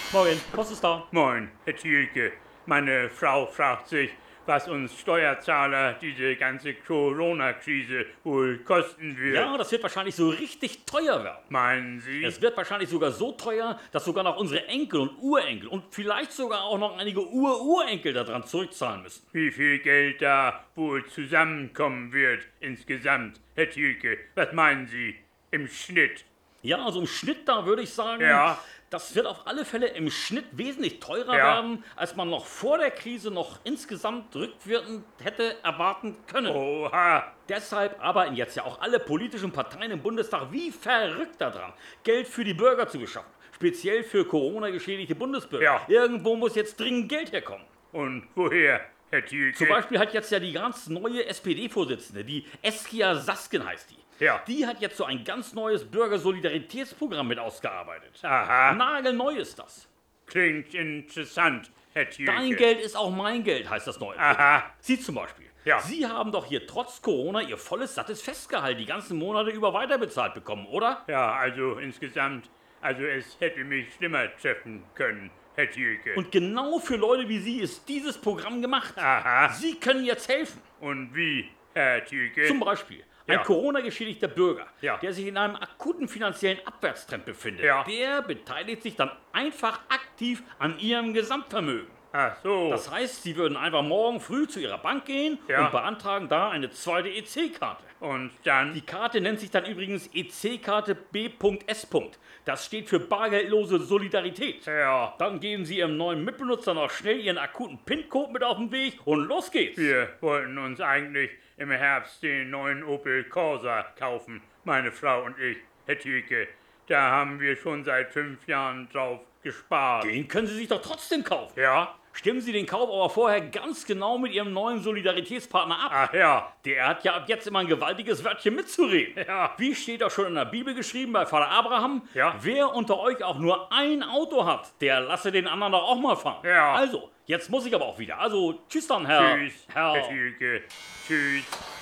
Morgen, Post ist da. Moin, Herr Thielke. Meine Frau fragt sich, was uns Steuerzahler diese ganze Corona-Krise wohl kosten wird. Ja, das wird wahrscheinlich so richtig teuer werden. Meinen Sie? Es wird wahrscheinlich sogar so teuer, dass sogar noch unsere Enkel und Urenkel und vielleicht sogar auch noch einige Ururenkel daran zurückzahlen müssen. Wie viel Geld da wohl zusammenkommen wird insgesamt, Herr Thielke? Was meinen Sie? Im Schnitt? Ja, also im Schnitt da würde ich sagen, Ja. das wird auf alle Fälle im Schnitt wesentlich teurer Ja. werden, als man noch vor der Krise noch insgesamt rückwirkend hätte erwarten können. Oha. Deshalb arbeiten jetzt ja auch alle politischen Parteien im Bundestag wie verrückt daran, Geld für die Bürger zu beschaffen. Speziell für Corona-geschädigte Bundesbürger. Ja. Irgendwo muss jetzt dringend Geld herkommen. Und woher, Herr Thielke? Zum Beispiel hat jetzt ja die ganz neue SPD-Vorsitzende, die Eskia Saskin heißt die. Ja. Die hat jetzt so ein ganz neues Bürgersolidaritätsprogramm mit ausgearbeitet. Aha. Nagelneu ist das. Klingt interessant, Herr Thielke. Dein Geld ist auch mein Geld, heißt das neue. Aha. Sie zum Beispiel. Ja. Sie haben doch hier trotz Corona Ihr volles, sattes Festgehalt die ganzen Monate über weiterbezahlt bekommen, oder? Ja, also insgesamt, es hätte mich schlimmer treffen können, Herr Thielke. Und genau für Leute wie Sie ist dieses Programm gemacht. Aha. Sie können jetzt helfen. Und wie, Herr Thielke? Zum Beispiel ein Ja. Corona-geschädigter Bürger, Ja. der sich in einem akuten finanziellen Abwärtstrend befindet, Ja. der beteiligt sich dann einfach aktiv an Ihrem Gesamtvermögen. Ach so. Das heißt, Sie würden einfach morgen früh zu Ihrer Bank gehen Ja. und beantragen da eine zweite EC-Karte. Und dann? Die Karte nennt sich dann übrigens EC-Karte B.S. Das steht für bargeldlose Solidarität. Ja. Dann geben Sie Ihrem neuen Mitbenutzer noch schnell Ihren akuten PIN-Code mit auf den Weg und los geht's. Wir wollten uns eigentlich im Herbst den neuen Opel Corsa kaufen, meine Frau und ich, Herr Thielke. Da haben wir schon seit 5 Jahren drauf gespart. Den können Sie sich doch trotzdem kaufen. Ja? Stimmen Sie den Kauf aber vorher ganz genau mit Ihrem neuen Solidaritätspartner ab. Ach ja. Der hat ja ab jetzt immer ein gewaltiges Wörtchen mitzureden. Ja. Wie steht doch schon in der Bibel geschrieben bei Vater Abraham? Ja. Wer unter euch auch nur ein Auto hat, der lasse den anderen doch auch mal fahren. Ja. Also, jetzt muss ich aber auch wieder. Also, tschüss dann, Herr. Tschüss, Herr Herr. Thielke. Tschüss.